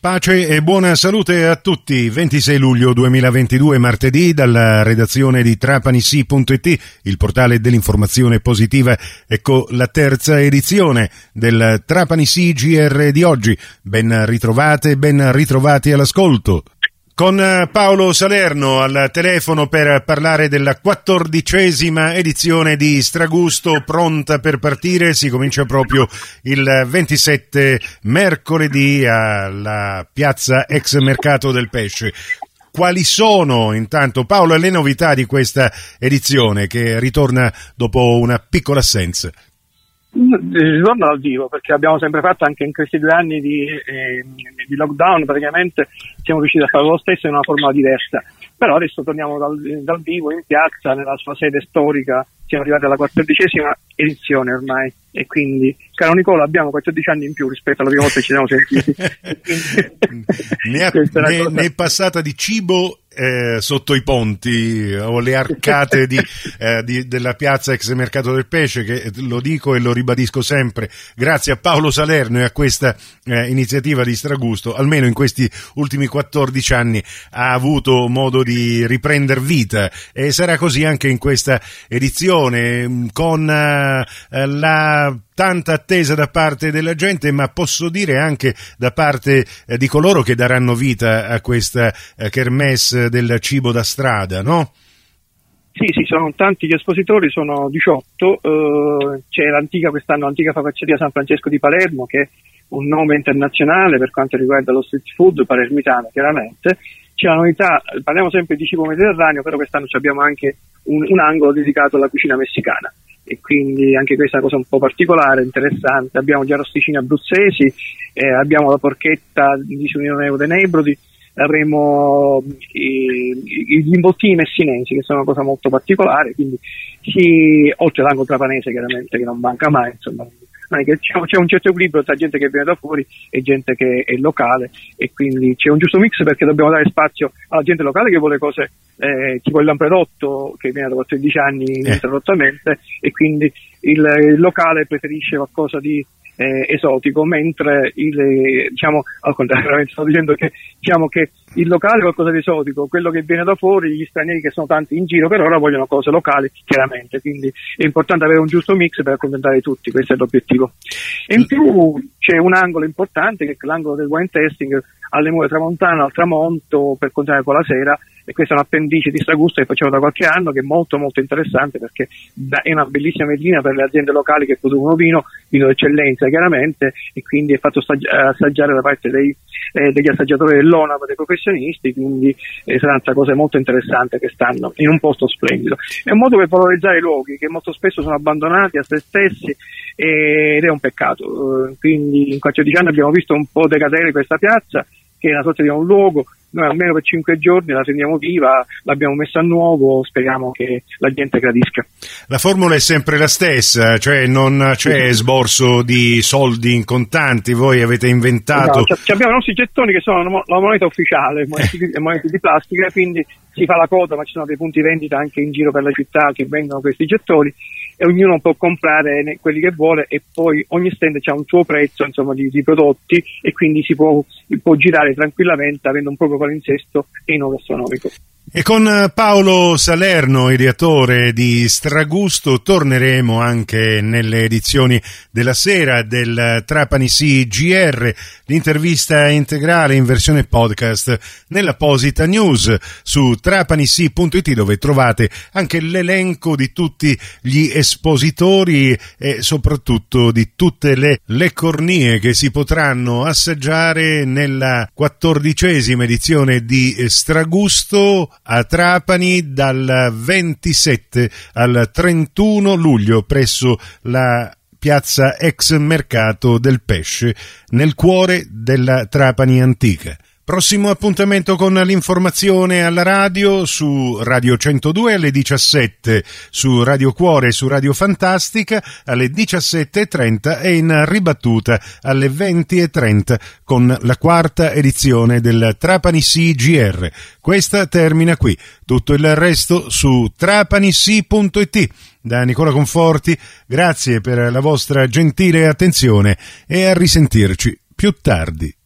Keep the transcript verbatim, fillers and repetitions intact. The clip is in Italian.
Pace e buona salute a tutti. ventisei luglio duemilaventidue, martedì, dalla redazione di Trapanissi punto it, il portale dell'informazione positiva. Ecco la terza edizione del Trapanissi G R di oggi. Ben ritrovate, ben ritrovati all'ascolto. Con Paolo Salerno al telefono per parlare della quattordicesima edizione di Stragusto, pronta per partire. Si comincia proprio il ventisette, mercoledì, alla piazza ex Mercato del Pesce. Quali sono intanto, Paolo, le novità di questa edizione che ritorna dopo una piccola assenza? Ritorno dal vivo, perché abbiamo sempre fatto anche in questi due anni di, eh, di lockdown, praticamente siamo riusciti a fare lo stesso in una forma diversa, però adesso torniamo dal, dal vivo in piazza nella sua sede storica. Siamo arrivati alla quattordicesima edizione ormai e quindi, caro Nicola, abbiamo quattordici anni in più rispetto alla prima volta che ci siamo sentiti. ne, ha, ne, cosa... ne è passata di cibo eh, sotto i ponti o le arcate di, eh, di, della piazza ex Mercato del Pesce, che lo dico e lo ribadisco sempre, grazie a Paolo Salerno e a questa eh, iniziativa di Stragusto, almeno in questi ultimi quattordici anni ha avuto modo di riprendere vita, e sarà così anche in questa edizione, con eh, la tanta attesa da parte della gente, ma posso dire anche da parte eh, di coloro che daranno vita a questa eh, kermesse del cibo da strada, no? Sì, sì, sono tanti gli espositori, sono diciotto, eh, c'è l'antica, quest'anno l'antica focacceria San Francesco di Palermo, che è un nome internazionale per quanto riguarda lo street food palermitano, chiaramente. C'è la novità, parliamo sempre di cibo mediterraneo, però quest'anno abbiamo anche un, un angolo dedicato alla cucina messicana, e quindi anche questa è una cosa un po' particolare, interessante. Abbiamo gli arrosticini abruzzesi, eh, abbiamo la porchetta di Sunino de Nebrodi, avremo i, i, gli involtini messinesi, che sono una cosa molto particolare, quindi sì, oltre all'angolo trapanese chiaramente, che non manca mai, insomma. C'è un certo equilibrio tra gente che viene da fuori e gente che è locale, e quindi c'è un giusto mix, perché dobbiamo dare spazio alla gente locale che vuole cose eh, tipo il lampredotto, che viene da quattordici anni ininterrottamente, e quindi il, il locale preferisce qualcosa di eh, esotico, mentre il, diciamo al contrario, sto dicendo che diciamo che il locale è qualcosa di esotico, quello che viene da fuori, gli stranieri, che sono tanti in giro per ora, vogliono cose locali, chiaramente, quindi è importante avere un giusto mix per accontentare tutti, questo è l'obiettivo. E in più c'è un angolo importante, che è l'angolo del wine tasting alle Mura Tramontana, al tramonto, per continuare con la sera, e questa è un'appendice di Stragusto che facciamo da qualche anno, che è molto molto interessante, perché è una bellissima vetrina per le aziende locali che producono vino, vino d'eccellenza chiaramente, e quindi è fatto assaggiare da parte dei, eh, degli assaggiatori dell'O N A V, dei professionisti, quindi eh, sarà una cosa molto interessante che stanno in un posto splendido. È un modo per valorizzare i luoghi che molto spesso sono abbandonati a se stessi, ed è un peccato. Quindi in quattordici anni abbiamo visto un po' decadere questa piazza, che è una sorta di un luogo. Noi almeno per cinque giorni la teniamo viva, l'abbiamo messa a nuovo, speriamo che la gente gradisca. La formula è sempre la stessa, cioè non c'è sborso di soldi in contanti, voi avete inventato... No, abbiamo i nostri gettoni che sono la moneta ufficiale, monete, monete di plastica, quindi si fa la coda, ma ci sono dei punti vendita anche in giro per la città che vendono questi gettoni, e ognuno può comprare quelli che vuole, e poi ogni stand ha un suo prezzo, insomma, di, di prodotti, e quindi si può, può girare tranquillamente avendo un proprio palinsesto e non gastronomico. E con Paolo Salerno, ideatore di Stragusto, torneremo anche nelle edizioni della sera del Trapanissi G R, l'intervista integrale in versione podcast nell'apposita news su Trapanissi punto it, dove trovate anche l'elenco di tutti gli espositori e soprattutto di tutte le, le cornie che si potranno assaggiare nella quattordicesima edizione di Stragusto a Trapani dal ventisette al trentuno luglio presso la piazza ex Mercato del Pesce, nel cuore della Trapani antica. Prossimo appuntamento con l'informazione alla radio, su Radio centodue alle diciassette, su Radio Cuore e su Radio Fantastica alle diciassette e trenta, e in ribattuta alle venti e trenta con la quarta edizione del Trapanissi G R. Questa termina qui, tutto il resto su Trapanissi punto it. Da Nicola Conforti, grazie per la vostra gentile attenzione e a risentirci più tardi.